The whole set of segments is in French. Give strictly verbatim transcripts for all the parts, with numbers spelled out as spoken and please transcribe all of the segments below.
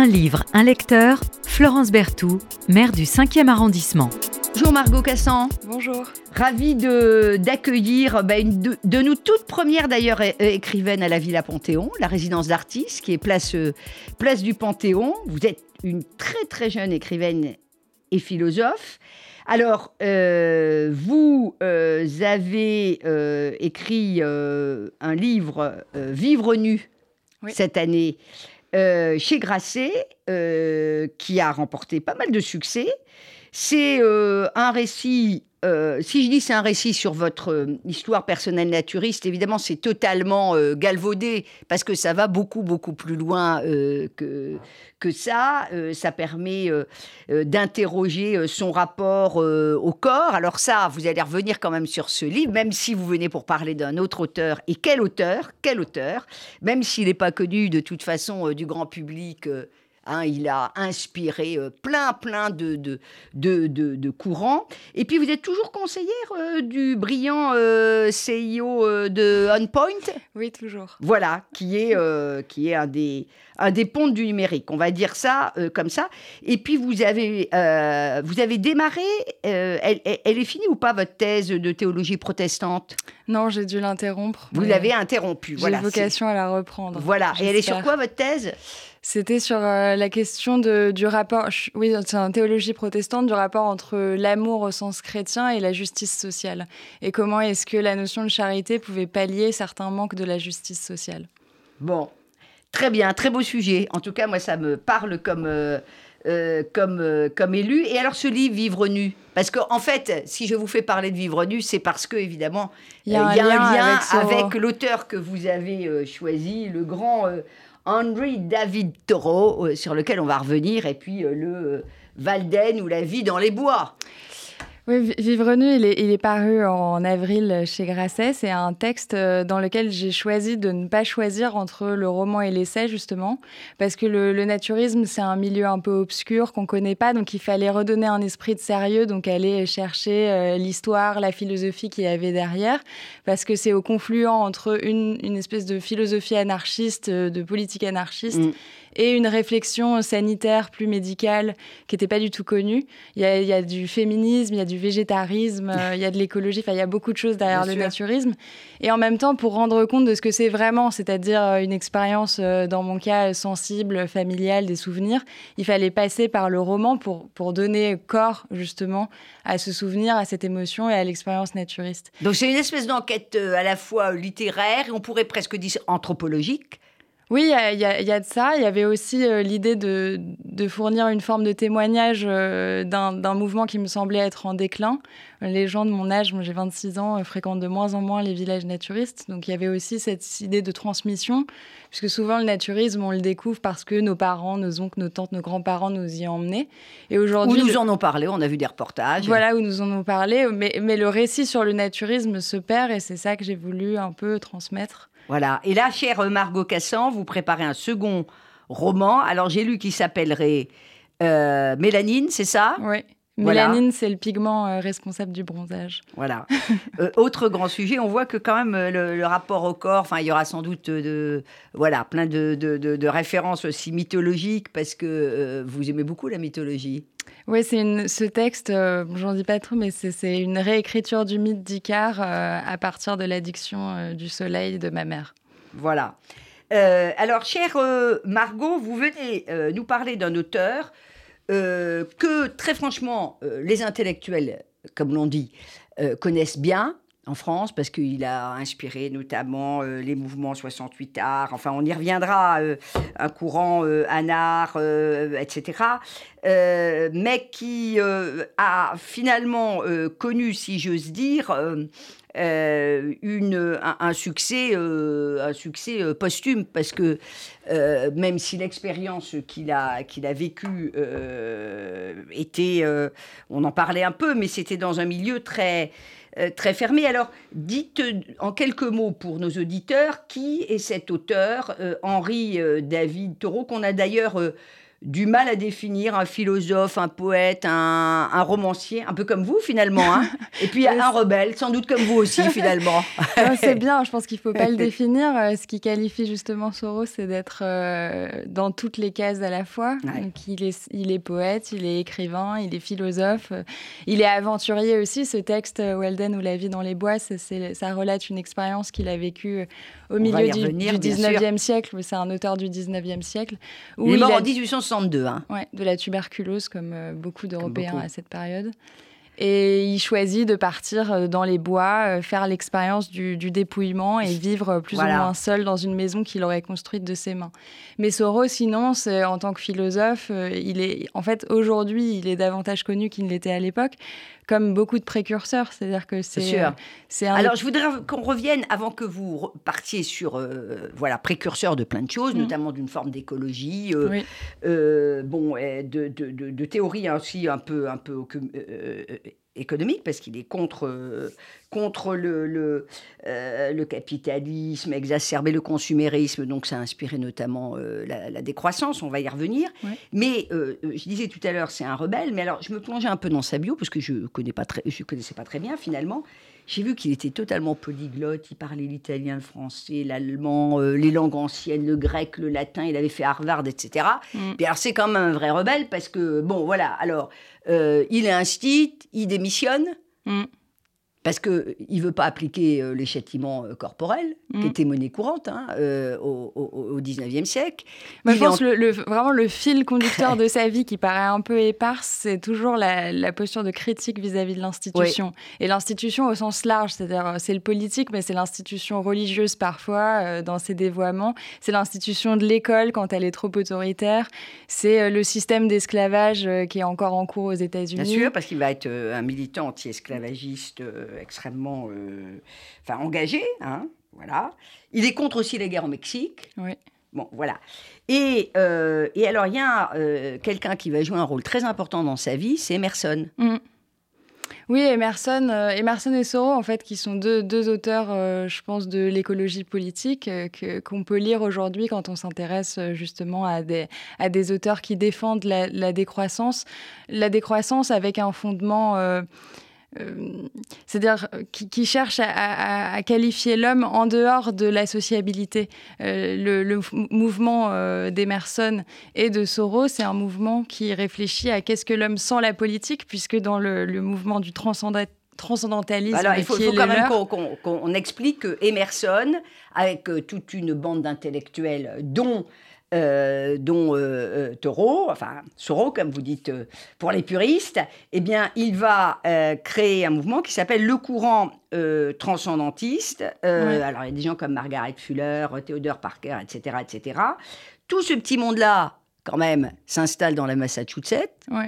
Un livre, un lecteur, Florence Berthoud, maire du cinquième arrondissement. Bonjour Margot Cassan. Bonjour. Ravie de, d'accueillir bah, une de, de nous toutes premières d'ailleurs é, écrivaines à la Villa Panthéon, la résidence d'artistes qui est place, euh, place du Panthéon. Vous êtes une très très jeune écrivaine et philosophe. Alors, euh, vous euh, avez euh, écrit euh, un livre, euh, Vivre nu, oui. cette année, euh, chez Grasset, euh, qui a remporté pas mal de succès. C'est euh, un récit, euh, si je dis c'est un récit sur votre euh, histoire personnelle naturiste, évidemment c'est totalement euh, galvaudé, parce que ça va beaucoup, beaucoup plus loin euh, que, que ça. Euh, ça permet euh, euh, d'interroger euh, son rapport euh, au corps. Alors ça, vous allez revenir quand même sur ce livre, même si vous venez pour parler d'un autre auteur. Et quel auteur, quel auteur, même s'il n'est pas connu de toute façon euh, du grand public. Euh, Hein, il a inspiré euh, plein, plein de, de, de, de, de courants. Et puis, vous êtes toujours conseillère euh, du brillant euh, C I O euh, de On Point. Oui, toujours. Voilà, qui est, euh, qui est un, des, un des pontes du numérique. On va dire ça euh, comme ça. Et puis, vous avez, euh, vous avez démarré, euh, elle, elle est finie ou pas, votre thèse de théologie protestante ? Non, j'ai dû l'interrompre. Vous l'avez interrompue. J'ai voilà, vocation c'est... à la reprendre. Voilà. J'espère. Et elle est sur quoi, votre thèse ? C'était sur euh, la question de, du rapport, oui, c'est une théologie protestante, du rapport entre l'amour au sens chrétien et la justice sociale. Et comment est-ce que la notion de charité pouvait pallier certains manques de la justice sociale. Bon, très bien, très beau sujet. En tout cas, moi, ça me parle comme, euh, euh, comme, euh, comme élu. Et alors, ce livre, Vivre nu, parce qu'en en fait, si je vous fais parler de Vivre nu, c'est parce que, évidemment, il y a, euh, un, y a lien un lien avec, avec l'auteur que vous avez euh, choisi, le grand... Euh, Henry David Thoreau, euh, sur lequel on va revenir, et puis euh, le euh, Walden ou La vie dans les bois. Oui, Vivre nu, il est, il est paru en avril chez Grasset. C'est un texte dans lequel j'ai choisi de ne pas choisir entre le roman et l'essai, justement, parce que le, le naturisme, c'est un milieu un peu obscur qu'on ne connaît pas, donc il fallait redonner un esprit de sérieux, donc aller chercher euh, l'histoire, la philosophie qu'il y avait derrière, parce que c'est au confluent entre une, une espèce de philosophie anarchiste, de politique anarchiste, mmh. et une réflexion sanitaire plus médicale qui n'était pas du tout connue. Il y a, il y a du féminisme, il y a du végétarisme, euh, il y a de l'écologie, enfin il y a beaucoup de choses derrière Bien le sûr. naturisme. Et en même temps, pour rendre compte de ce que c'est vraiment, c'est-à-dire une expérience, euh, dans mon cas, sensible, familiale, des souvenirs, il fallait passer par le roman pour, pour donner corps, justement, à ce souvenir, à cette émotion et à l'expérience naturiste. Donc c'est une espèce d'enquête euh, à la fois littéraire et on pourrait presque dire anthropologique. Oui, il y a, y, a, y a de ça. Il y avait aussi euh, l'idée de, de fournir une forme de témoignage euh, d'un, d'un mouvement qui me semblait être en déclin. Les gens de mon âge, moi j'ai vingt-six ans, euh, fréquentent de moins en moins les villages naturistes. Donc il y avait aussi cette idée de transmission, puisque souvent le naturisme, on le découvre parce que nos parents, nos oncles, nos tantes, nos grands-parents nous y ont emmenés. Et aujourd'hui, où nous en ont parlé, on a vu des reportages. Voilà, où nous en ont parlé. Mais, mais le récit sur le naturisme se perd et c'est ça que j'ai voulu un peu transmettre. Voilà. Et là, chère Margot Cassan, vous préparez un second roman. Alors, j'ai lu qu'il s'appellerait euh, Mélanine, c'est ça ? Oui. Mélanine, voilà. C'est le pigment euh, responsable du bronzage. Voilà. euh, autre grand sujet, on voit que quand même euh, le, le rapport au corps, enfin, il y aura sans doute de, voilà, plein de, de, de, de références aussi mythologiques, parce que euh, vous aimez beaucoup la mythologie. Oui, c'est une, ce texte, euh, j'en dis pas trop, mais c'est, c'est une réécriture du mythe d'Icare euh, à partir de l'addiction euh, du soleil de ma mère. Voilà. Euh, alors, chère euh, Margot, vous venez euh, nous parler d'un auteur euh, que, très franchement, euh, les intellectuels, comme l'on dit, euh, connaissent bien en France, parce qu'il a inspiré notamment euh, les mouvements soixante-huit arts, enfin on y reviendra, euh, un courant euh, anard, euh, et cetera, euh, mais qui euh, a finalement euh, connu, si j'ose dire, euh, euh, une, un, un succès, euh, un succès euh, posthume, parce que euh, même si l'expérience qu'il a, qu'il a vécue euh, était, euh, on en parlait un peu, mais c'était dans un milieu très... Euh, très fermé. Alors, dites euh, en quelques mots pour nos auditeurs, qui est cet auteur, euh, Henry euh, David Thoreau, qu'on a d'ailleurs euh, du mal à définir, un philosophe, un poète, un, un romancier, un peu comme vous finalement, hein. Et puis un rebelle, sans doute comme vous aussi finalement. Non, c'est bien, je pense qu'il ne faut pas le définir. Ce qui qualifie justement Soro, c'est d'être euh, dans toutes les cases à la fois. Ouais. Donc, il est, il est poète, il est écrivain, il est philosophe, il est aventurier aussi. Ce texte, Walden ou La vie dans les bois, c'est, c'est, ça relate une expérience qu'il a vécue au milieu du, revenir, du dix-neuvième siècle. C'est un auteur du dix-neuvième siècle. Où il est mort il a... en dix-huit cent soixante-deux. Hein. Ouais, de la tuberculose, comme euh, beaucoup d'Européens comme beaucoup. À cette période. Et il choisit de partir dans les bois, faire l'expérience du, du dépouillement et vivre plus voilà. ou moins seul dans une maison qu'il aurait construite de ses mains. Mais Soro, sinon, c'est, en tant que philosophe, il est, en fait, aujourd'hui, il est davantage connu qu'il ne l'était à l'époque, comme beaucoup de précurseurs. C'est-à-dire que c'est... c'est sûr. C'est un... Alors, je voudrais qu'on revienne, avant que vous partiez sur, euh, voilà, précurseur de plein de choses, mmh. notamment d'une forme d'écologie, euh, oui. euh, bon, de, de, de, de théorie aussi un peu... Un peu euh, économique, parce qu'il est contre, euh, contre le, le, euh, le capitalisme, exacerber le consumérisme, donc ça a inspiré notamment euh, la, la décroissance, on va y revenir. Ouais. Mais euh, je disais tout à l'heure, c'est un rebelle, mais alors je me plongeais un peu dans sa bio, parce que je ne connais pas très, je connaissais pas très bien finalement. J'ai vu qu'il était totalement polyglotte, il parlait l'italien, le français, l'allemand, euh, les langues anciennes, le grec, le latin, il avait fait Harvard, et cetera. Mm. Et alors c'est quand même un vrai rebelle, parce que, bon, voilà, alors, euh, il est instit, il démissionne, mm. parce qu'il ne veut pas appliquer euh, les châtiments euh, corporels, mmh. qui étaient monnaie courante hein, euh, au, au, au dix-neuvième siècle. Moi, je pense que en... le, le, vraiment le fil conducteur de sa vie, qui paraît un peu éparse, c'est toujours la, la posture de critique vis-à-vis de l'institution. Oui. Et l'institution au sens large, c'est-à-dire c'est le politique, mais c'est l'institution religieuse parfois, euh, dans ses dévoiements. C'est l'institution de l'école quand elle est trop autoritaire. C'est euh, le système d'esclavage euh, qui est encore en cours aux États-Unis. Bien sûr, parce qu'il va être euh, un militant anti-esclavagiste euh, extrêmement euh, enfin, engagé, hein, voilà. Il est contre aussi la guerre au Mexique. Oui. Bon, voilà. Et, euh, et alors, il y a euh, quelqu'un qui va jouer un rôle très important dans sa vie, c'est Emerson. Mmh. Oui, Emerson, euh, Emerson et Soro, en fait, qui sont deux, deux auteurs, euh, je pense, de l'écologie politique, euh, que, qu'on peut lire aujourd'hui quand on s'intéresse euh, justement à des, à des auteurs qui défendent la, la décroissance. La décroissance avec un fondement... Euh, Euh, c'est-à-dire qui, qui cherche à, à, à qualifier l'homme en dehors de la sociabilité. Euh, le, le mouvement euh, d'Emerson et de Soro, c'est un mouvement qui réfléchit à qu'est-ce que l'homme sans la politique, puisque dans le, le mouvement du transcendant transcendantalisme. Alors, il faut, il faut quand même qu'on, qu'on, qu'on explique que Emerson, avec euh, toute une bande d'intellectuels, dont Euh, dont euh, euh, Thoreau, enfin Soro, comme vous dites euh, pour les puristes, eh bien, il va euh, créer un mouvement qui s'appelle le courant euh, transcendantiste. Euh, ouais. Alors, il y a des gens comme Margaret Fuller, Theodore Parker, et cetera, et cetera. Tout ce petit monde-là, quand même, s'installe dans la Massachusetts. Ouais.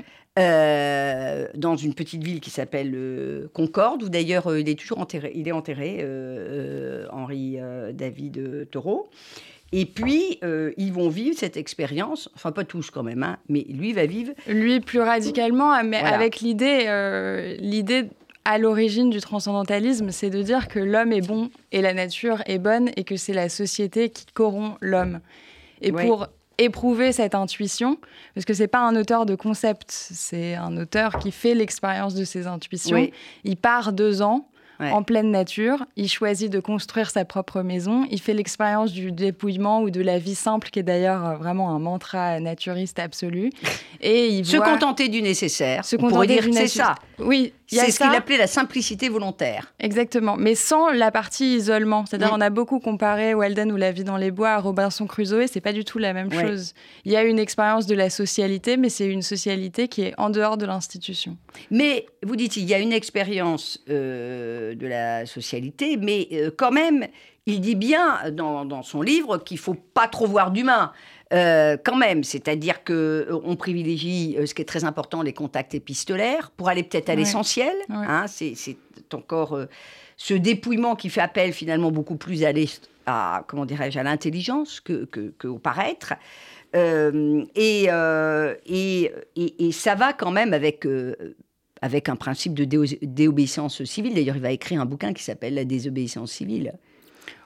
Euh, dans une petite ville qui s'appelle euh, Concorde, où d'ailleurs euh, il est toujours enterré, il est enterré, euh, euh, Henry euh, David Thoreau. Et puis, euh, ils vont vivre cette expérience, enfin pas tous quand même, hein, mais lui va vivre... Lui plus radicalement, mais voilà. avec l'idée, euh, l'idée à l'origine du transcendantalisme, c'est de dire que l'homme est bon et la nature est bonne et que c'est la société qui corrompt l'homme. Et oui. pour éprouver cette intuition, parce que c'est pas un auteur de concept, c'est un auteur qui fait l'expérience de ses intuitions. Oui. Il part deux ans, Ouais. en pleine nature, il choisit de construire sa propre maison, il fait l'expérience du dépouillement ou de la vie simple, qui est d'ailleurs vraiment un mantra naturiste absolu. Et il se voit... contenter du nécessaire, se on pourrait dire que c'est ça. Oui, c'est ce ça. Qu'il appelait la simplicité volontaire. Exactement, mais sans la partie isolement. C'est-à-dire, mmh. on a beaucoup comparé Walden ou La vie dans les bois à Robinson Crusoe, c'est pas du tout la même ouais. chose. Il y a une expérience de la socialité, mais c'est une socialité qui est en dehors de l'institution. Mais, vous dites, il y a une expérience... Euh... de la socialité, mais euh, quand même, il dit bien dans, dans son livre qu'il ne faut pas trop voir d'humain, euh, quand même. C'est-à-dire qu'on euh, privilégie, euh, ce qui est très important, les contacts épistolaires, pour aller peut-être à ouais. l'essentiel. Ouais. Hein, c'est, c'est encore euh, ce dépouillement qui fait appel finalement beaucoup plus à, à, comment dirais-je, à l'intelligence que, que, que au paraître. Euh, et, euh, et, et, et ça va quand même avec... Euh, avec un principe de dé- déobéissance civile. D'ailleurs, il va écrire un bouquin qui s'appelle « La désobéissance civile ».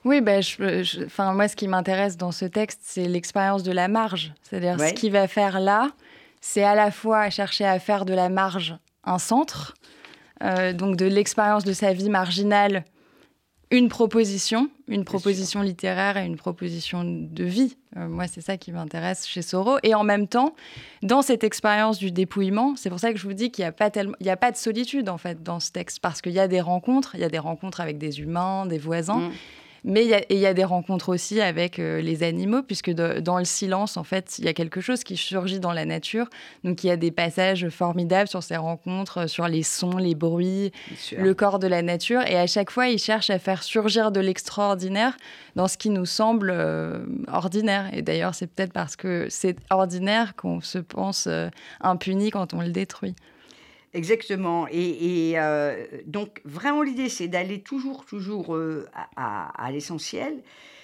Oui, bah, je, je, enfin, moi, ce qui m'intéresse dans ce texte, c'est l'expérience de la marge. C'est-à-dire, ouais. ce qu'il va faire là, c'est à la fois chercher à faire de la marge un centre, euh, donc de l'expérience de sa vie marginale, une proposition, une proposition littéraire et une proposition de vie. Euh, moi, c'est ça qui m'intéresse chez Soro. Et en même temps, dans cette expérience du dépouillement, c'est pour ça que je vous dis qu'il n'y a pas tellement, il y a pas de solitude, en fait, dans ce texte, parce qu'il y a des rencontres, il y a des rencontres avec des humains, des voisins, mmh. mais il y a, et il y a des rencontres aussi avec euh, les animaux, puisque de, dans le silence, en fait, il y a quelque chose qui surgit dans la nature. Donc, il y a des passages formidables sur ces rencontres, sur les sons, les bruits, le corps de la nature. Et à chaque fois, il cherche à faire surgir de l'extraordinaire dans ce qui nous semble euh, ordinaire. Et d'ailleurs, c'est peut-être parce que c'est ordinaire qu'on se pense euh, impuni quand on le détruit. Exactement. Et, et euh, donc, vraiment, l'idée, c'est d'aller toujours, toujours euh, à, à, à l'essentiel.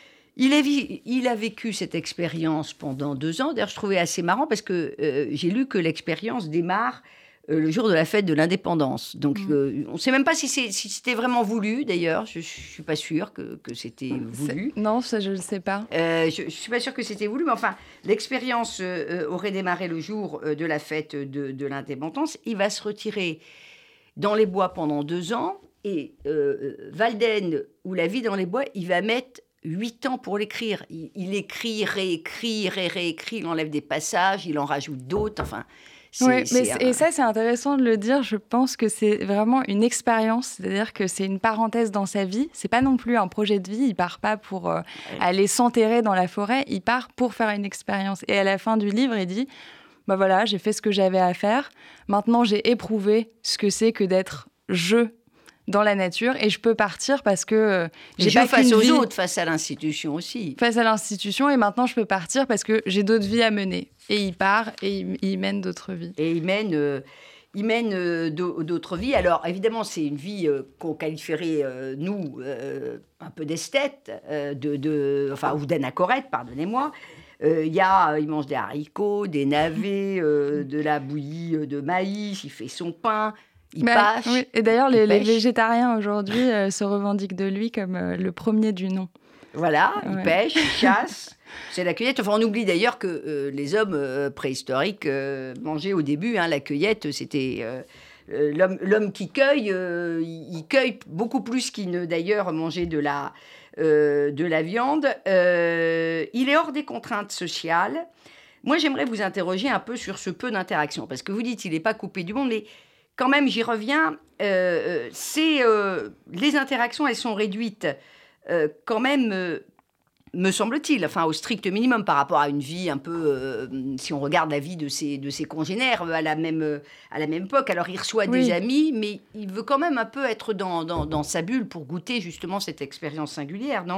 Il a, vi- il a vécu cette expérience pendant deux ans. D'ailleurs, je trouvais assez marrant parce que euh, j'ai lu que l'expérience démarre euh, le jour de la fête de l'indépendance. Donc, mmh. euh, on ne sait même pas si, c'est, si c'était vraiment voulu, d'ailleurs. Je ne suis pas sûre que, que c'était voulu. C'est... Non, ça, je ne le sais pas. Euh, je ne suis pas sûre que c'était voulu, mais enfin, l'expérience euh, aurait démarré le jour euh, de la fête de, de l'indépendance. Il va se retirer dans les bois pendant deux ans. Et euh, Walden, ou La vie dans les bois, il va mettre huit ans pour l'écrire. Il, il écrit, réécrit, ré, réécrit, il enlève des passages, il en rajoute d'autres, enfin... C'est, oui, mais c'est, et ça, c'est intéressant de le dire. Je pense que c'est vraiment une expérience, c'est-à-dire que c'est une parenthèse dans sa vie. C'est pas non plus un projet de vie. Il part pas pour euh, ouais. aller s'enterrer dans la forêt. Il part pour faire une expérience. Et à la fin du livre, il dit bah voilà, j'ai fait ce que j'avais à faire. Maintenant, j'ai éprouvé ce que c'est que d'être je dans la nature et je peux partir parce que euh, j'ai je pas face qu'une aux vie. autres, face à l'institution aussi. Face à l'institution et maintenant je peux partir parce que j'ai d'autres vies à mener. Et il part et il, il mène d'autres vies. Et il mène, euh, il mène euh, d'autres vies. Alors évidemment, c'est une vie euh, qu'on qualifierait, euh, nous, euh, un peu d'esthète, euh, de, de, enfin, ou d'anachorète, pardonnez-moi. Euh, y a, il mange des haricots, des navets, euh, de la bouillie de maïs, il fait son pain. Il bah, pâche. Oui. Et d'ailleurs, les, les végétariens aujourd'hui euh, se revendiquent de lui comme euh, le premier du nom. Voilà, ouais. il pêche, il chasse, c'est la cueillette. Enfin, on oublie d'ailleurs que euh, les hommes euh, préhistoriques euh, mangeaient au début. Hein, la cueillette, c'était euh, euh, l'homme, l'homme qui cueille. Euh, il, il cueille beaucoup plus qu'il ne d'ailleurs mangeait de la, euh, de la viande. Euh, il est hors des contraintes sociales. Moi, j'aimerais vous interroger un peu sur ce peu d'interaction, parce que vous dites qu'il n'est pas coupé du monde, mais quand même, j'y reviens, euh, c'est, euh, les interactions, elles sont réduites euh, quand même, euh, me semble-t-il, enfin, au strict minimum par rapport à une vie un peu, euh, si on regarde la vie de ses, de ses congénères à la, même, à la même époque. Alors, il reçoit oui. des amis, mais il veut quand même un peu être dans, dans, dans sa bulle pour goûter justement cette expérience singulière, non ?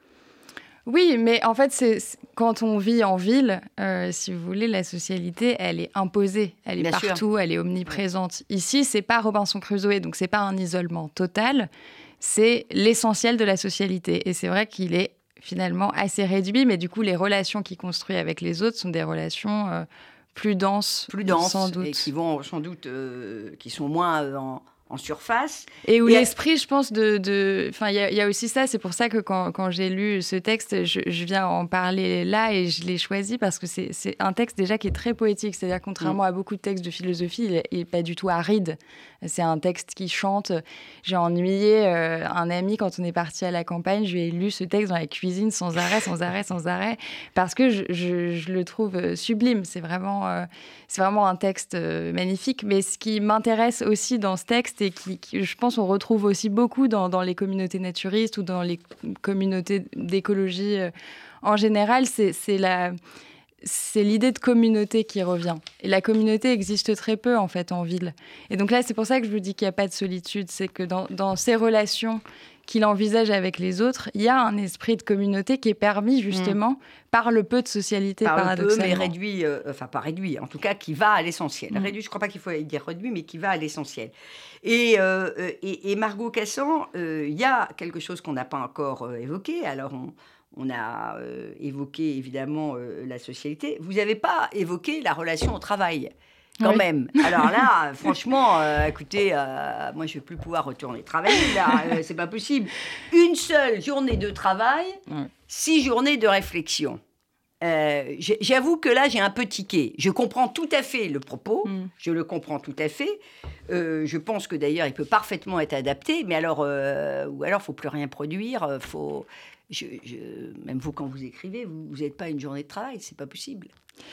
Oui, mais en fait, c'est, c'est, quand on vit en ville, euh, si vous voulez, la socialité, elle est imposée. Elle est Bien partout, sûr. Elle est omniprésente. Ouais. Ici, c'est pas Robinson Crusoe, donc c'est pas un isolement total. C'est l'essentiel de la socialité. Et c'est vrai qu'il est finalement assez réduit, mais du coup, les relations qu'il construit avec les autres sont des relations euh, plus denses, plus denses, sans doute. Et qui vont sans doute, euh, qui sont moins euh, en... en surface. Et où et l'esprit, à... je pense, de... de... Enfin, il y, y a aussi ça. C'est pour ça que quand, quand j'ai lu ce texte, je, je viens en parler là et je l'ai choisi parce que c'est, c'est un texte déjà qui est très poétique. C'est-à-dire, contrairement mmh. à beaucoup de textes de philosophie, il n'est pas du tout aride. C'est un texte qui chante. J'ai ennuyé euh, un ami quand on est parti à la campagne. Je lui ai lu ce texte dans la cuisine sans arrêt, sans arrêt, sans arrêt, parce que je, je, je le trouve sublime. C'est vraiment, euh, c'est vraiment un texte euh, magnifique. Mais ce qui m'intéresse aussi dans ce texte et qui, qui, je pense, on retrouve aussi beaucoup dans, dans les communautés naturistes ou dans les communautés d'écologie euh, en général, c'est, c'est la... c'est l'idée de communauté qui revient. Et la communauté existe très peu, en fait, en ville. Et donc là, c'est pour ça que je vous dis qu'il n'y a pas de solitude. C'est que dans, dans ces relations qu'il envisage avec les autres, il y a un esprit de communauté qui est permis, justement, mmh. par le peu de socialité, par paradoxalement. Le peu, mais réduit, euh, enfin, pas réduit, en tout cas, qui va à l'essentiel. Mmh. Réduit, je ne crois pas qu'il faut dire réduit, mais qui va à l'essentiel. Et, euh, et, et Margot Cassan, il euh, y a quelque chose qu'on n'a pas encore euh, évoqué. Alors, on... On a euh, évoqué évidemment euh, la socialité. Vous n'avez pas évoqué la relation au travail. quand Oui. même. Alors là, franchement, euh, écoutez, euh, moi, je ne vais plus pouvoir retourner travailler, là. Euh, c'est pas possible. Une seule journée de travail, Ouais. six journées de réflexion. Euh, j'ai- j'avoue que là, j'ai un peu tiqué. Je comprends tout à fait le propos. Mm. Je le comprends tout à fait. Euh, je pense que d'ailleurs, il peut parfaitement être adapté. Mais alors, euh, ou alors, il ne faut plus rien produire. euh, Faut, je, je- même vous, quand vous écrivez, vous n'êtes pas une journée de travail. C'est pas possible.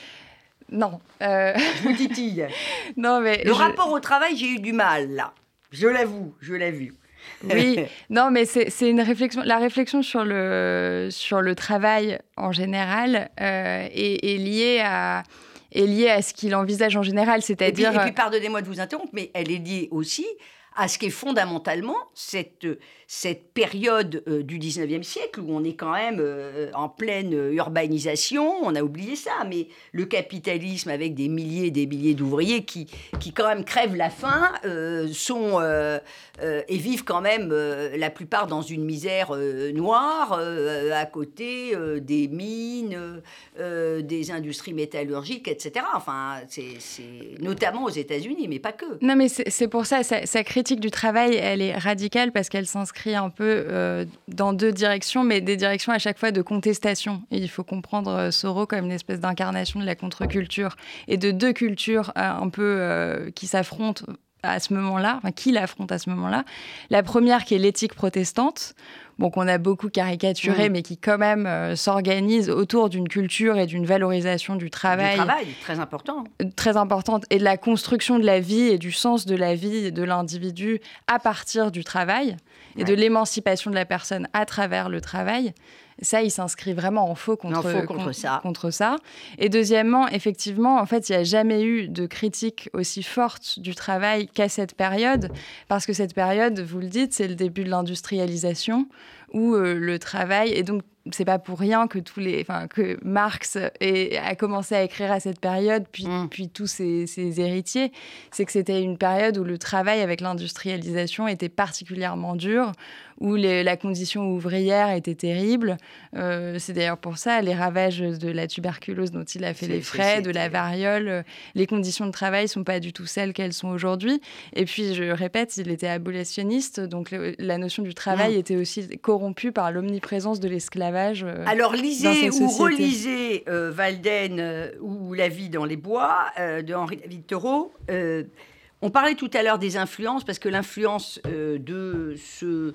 Non. euh, Je vous titille. non, mais. Le je- rapport au travail, j'ai eu du mal, là. Je l'avoue, je l'ai vu. Oui, non, mais c'est c'est une réflexion. La réflexion sur le, sur le travail en général euh, est, est liée à, est liée à ce qu'il envisage en général, Et puis, c'est-à-dire. et puis, pardonnez-moi de vous interrompre, mais elle est liée aussi à ce qui est fondamentalement cette, cette période euh, du dix-neuvième siècle où on est quand même euh, en pleine urbanisation. On a oublié ça, mais le capitalisme avec des milliers et des milliers d'ouvriers qui, qui quand même crèvent la faim euh, sont, euh, euh, et vivent quand même euh, la plupart dans une misère euh, noire euh, à côté euh, des mines, euh, des industries métallurgiques, et cetera. Enfin, c'est, c'est notamment aux États-Unis, mais pas que. Non, mais c'est c'est pour ça, sa, sa critique du travail, elle est radicale parce qu'elle s'inscrit un peu euh, dans deux directions, mais des directions à chaque fois de contestation. Et il faut comprendre euh, Soro comme une espèce d'incarnation de la contre-culture et de deux cultures euh, un peu euh, qui s'affrontent à ce moment-là, enfin qui l'affrontent à ce moment-là. La première qui est l'éthique protestante, bon, qu'on a beaucoup caricaturée, Mmh. mais qui quand même euh, s'organise autour d'une culture et d'une valorisation du travail, Du travail, très important. très importante, et de la construction de la vie et du sens de la vie de l'individu à partir du travail, et Ouais. de l'émancipation de la personne à travers le travail. Ça, il s'inscrit vraiment en faux contre, En faux contre con- ça. contre ça. Et deuxièmement, effectivement, en fait, il n'y a jamais eu de critique aussi forte du travail qu'à cette période, parce que cette période, vous le dites, c'est le début de l'industrialisation, où euh, le travail, et donc c'est pas pour rien que tous les, enfin que Marx ait- a commencé à écrire à cette période, puis, Mm. puis tous ses, ses héritiers, c'est que c'était une période où le travail avec l'industrialisation était particulièrement dur, où les- la condition ouvrière était terrible. Euh, c'est d'ailleurs pour ça les ravages de la tuberculose dont il a fait C'est- les c'est- frais, c'est de la terrible. variole. euh, Les conditions de travail sont pas du tout celles qu'elles sont aujourd'hui. Et puis, je répète, il était abolitionniste, donc le- la notion du travail Mm. était aussi corrompue par l'omniprésence de l'esclavage. euh, Alors, dans lisez cette ou société. relisez euh, Walden euh, ou La vie dans les bois euh, de Henri David Thoreau. Euh, on parlait tout à l'heure des influences, parce que l'influence euh, de ce,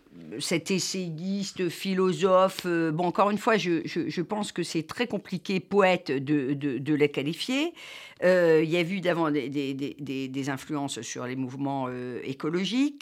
cet essayiste, philosophe, euh, bon, encore une fois, je, je- je pense que c'est très compliqué, poète, de, de, de la qualifier. Euh, il y a eu d'avant des, des, des- des- des influences sur les mouvements euh, écologiques,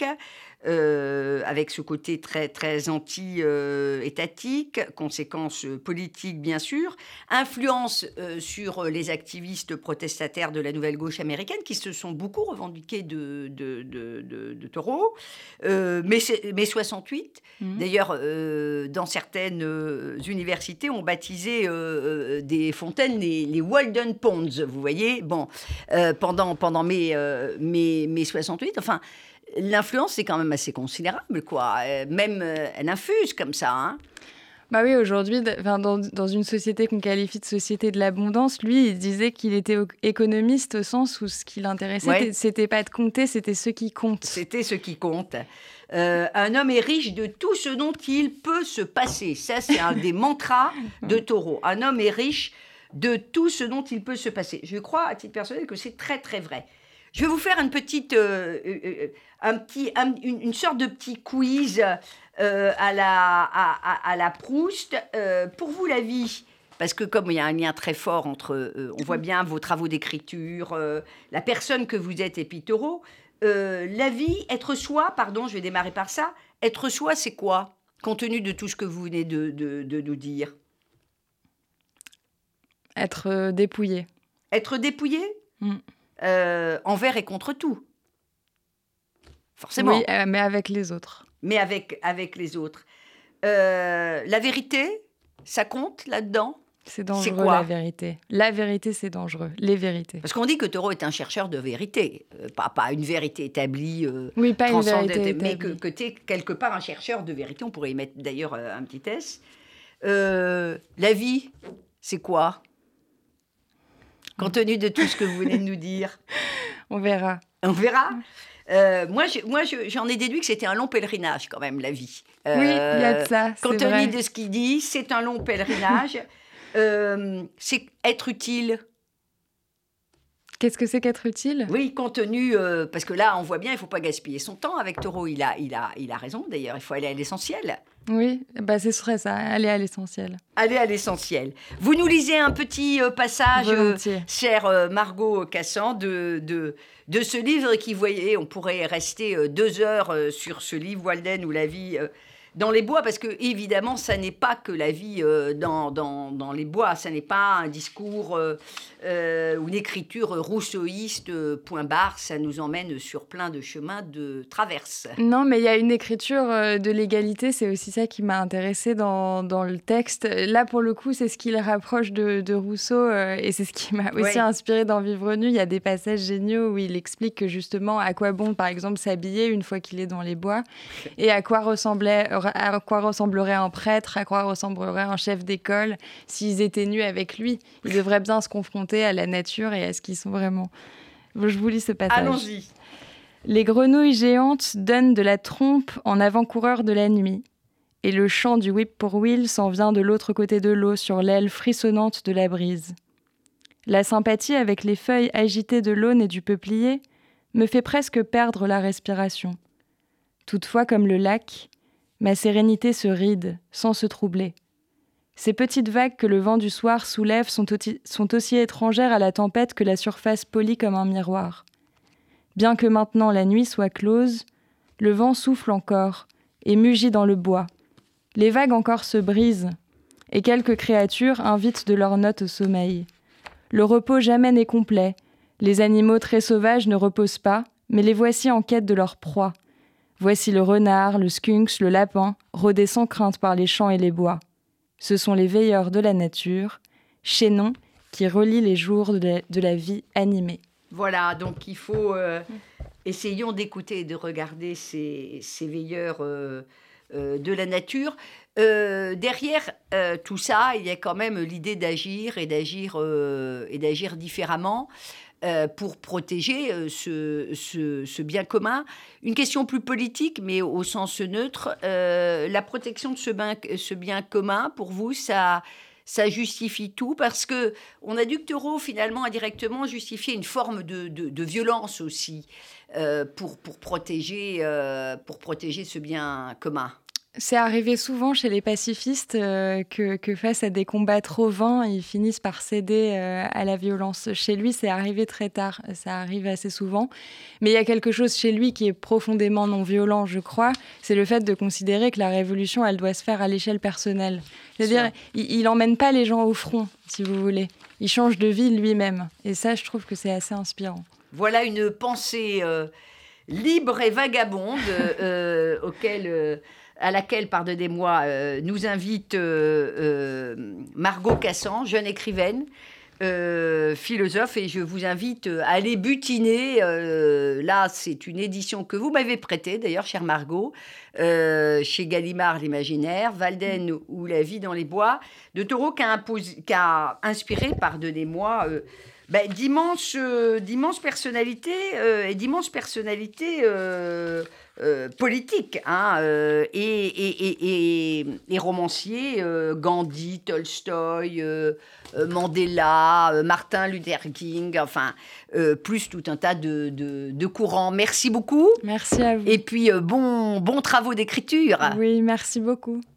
euh, avec ce côté très, très anti-étatique, conséquences euh, politiques, bien sûr, influence euh, sur les activistes protestataires de la nouvelle gauche américaine, qui se sont beaucoup revendiqués de, de, de, de, de Thoreau. Euh, mai, mai soixante-huit, Mhm. d'ailleurs, euh, dans certaines euh, universités, on baptisait euh, euh, des fontaines les, les Walden Ponds, vous voyez, bon, euh, pendant, pendant mai, euh, mai, mai soixante-huit, enfin, l'influence, c'est quand même assez considérable, quoi. Euh, même, euh, elle infuse comme ça, hein. Bah oui, aujourd'hui, d- enfin, dans, dans une société qu'on qualifie de société de l'abondance, lui, il disait qu'il était o- économiste au sens où ce qui l'intéressait, Ouais. t- c'était pas de compter, c'était ce qui compte. C'était ce qui compte. Euh, un homme est riche de tout ce dont il peut se passer. Ça, c'est un des mantras de Thoreau. Un homme est riche de tout ce dont il peut se passer. Je crois, à titre personnel, que c'est très, très vrai. Je vais vous faire une petite, euh, euh, euh, un petit, un- une, une sorte de petit quiz euh, à, la, à, à- à la Proust. Euh, pour vous, la vie, parce que comme il y a un lien très fort entre, euh, on voit bien vos travaux d'écriture, euh, la personne que vous êtes et puis Thoreau, euh, la vie, être soi, pardon, je vais démarrer par ça, être soi, c'est quoi, compte tenu de tout ce que vous venez de, de, de nous dire? Être euh, dépouillé. Être dépouillé Mm. euh, envers et contre tout. Forcément. Oui, euh, mais avec les autres. Mais avec, avec les autres. Euh, la vérité, ça compte là-dedans? C'est dangereux, quoi la vérité. La vérité, c'est dangereux. Les vérités. Parce qu'on dit que Thoreau est un chercheur de vérité, euh, pas, pas une vérité établie, euh, Oui, pas une transcendante, vérité mais que, établie. que tu es quelque part un chercheur de vérité. On pourrait y mettre d'ailleurs euh, un petit S. Euh, la vie, c'est quoi? compte tenu de tout ce que vous venez de nous dire? On verra. On verra. Euh, moi, je, moi je, j'en ai déduit que c'était un long pèlerinage, quand même, la vie. Euh, oui, il y a de ça. Compte tenu de ce qu'il dit, c'est un long pèlerinage. euh, c'est être utile. Qu'est-ce que c'est qu'être utile? Oui, compte tenu, euh, parce que là, on voit bien, il ne faut pas gaspiller son temps avec Taureau. Il a, il a, il a raison, d'ailleurs, il faut aller à l'essentiel. Oui, bah ce serait ça, aller à l'essentiel. Aller à l'essentiel. Vous nous lisez un petit euh, passage, euh, chère euh, Margot Cassan, de, de, de ce livre qui, vous voyez, on pourrait rester euh, deux heures euh, sur ce livre, Walden ou la vie euh, dans les bois, parce que évidemment, ça n'est pas que la vie euh, dans, dans, dans les bois, ça n'est pas un discours euh, euh, ou une écriture rousseauiste, euh, point barre, ça nous emmène sur plein de chemins de traverse. Non, mais il y a une écriture euh, de l'égalité, c'est aussi ça qui m'a intéressée dans, dans le texte. Là, pour le coup, c'est ce qui le rapproche de, de Rousseau euh, et c'est ce qui m'a aussi ouais. inspiré dans Vivre nu. Il y a des passages géniaux où il explique que justement, à quoi bon, par exemple, s'habiller une fois qu'il est dans les bois et à quoi ressemblait... à quoi ressemblerait un prêtre, à quoi ressemblerait un chef d'école s'ils étaient nus avec lui. Ils devraient bien se confronter à la nature et à ce qu'ils sont vraiment. Je vous lis ce passage. Allons-y. Les grenouilles géantes donnent de la trompe en avant-coureur de la nuit. Et le chant du whip-poor-will s'en vient de l'autre côté de l'eau sur l'aile frissonnante de la brise. La sympathie avec les feuilles agitées de l'aune et du peuplier me fait presque perdre la respiration. Toutefois, comme le lac, ma sérénité se ride, sans se troubler. Ces petites vagues que le vent du soir soulève sont, aussi, sont aussi étrangères à la tempête que la surface polie comme un miroir. Bien que maintenant la nuit soit close, le vent souffle encore et mugit dans le bois. Les vagues encore se brisent, et quelques créatures invitent de leurs notes au sommeil. Le repos jamais n'est complet. Les animaux très sauvages ne reposent pas, mais les voici en quête de leur proie. Voici le renard, le skunks, le lapin, rôder sans crainte par les champs et les bois. Ce sont les veilleurs de la nature, chaînons qui relient les jours de la, de la vie animée. Voilà, donc il faut... Euh, essayons d'écouter et de regarder ces, ces veilleurs euh, euh, de la nature. Euh, derrière euh, tout ça, il y a quand même l'idée d'agir et d'agir, euh, et d'agir différemment. Euh, pour protéger euh, ce, ce, ce bien commun. Une question plus politique, mais au sens neutre. Euh, la protection de ce bien, ce bien commun, pour vous, ça, ça justifie tout, parce qu'on a dit que Taureau, finalement, indirectement, justifié une forme de, de, de violence aussi euh, pour, pour, protéger, euh, pour protéger ce bien commun. C'est arrivé souvent chez les pacifistes euh, que, que face à des combats trop vains, ils finissent par céder euh, à la violence. Chez lui, c'est arrivé très tard, ça arrive assez souvent. Mais il y a quelque chose chez lui qui est profondément non violent, je crois. C'est le fait de considérer que la révolution, elle doit se faire à l'échelle personnelle. C'est-à-dire, il n'emmène pas les gens au front, si vous voulez. Il change de vie lui-même. Et ça, je trouve que c'est assez inspirant. Voilà une pensée euh, libre et vagabonde euh, auquel... Euh, à laquelle, pardonnez-moi, euh, nous invite euh, euh, Margot Cassan, jeune écrivaine, euh, philosophe, et je vous invite à aller butiner. Euh, là, c'est une édition que vous m'avez prêtée, d'ailleurs, chère Margot, euh, chez Gallimard, l'Imaginaire, Walden ou La vie dans les bois, de Taureau, qui a, imposé, qui a inspiré, pardonnez-moi, euh, ben, d'immenses, euh, d'immenses personnalités, euh, et d'immenses personnalités... Euh, Euh, politique hein, euh, et, et, et, et, et romancier, euh, Gandhi, Tolstoï, euh, euh, Mandela, euh, Martin Luther King, enfin, euh, plus tout un tas de, de, de courants. Merci beaucoup. Merci à vous. Et puis, euh, bon, bon travaux d'écriture. Oui, merci beaucoup.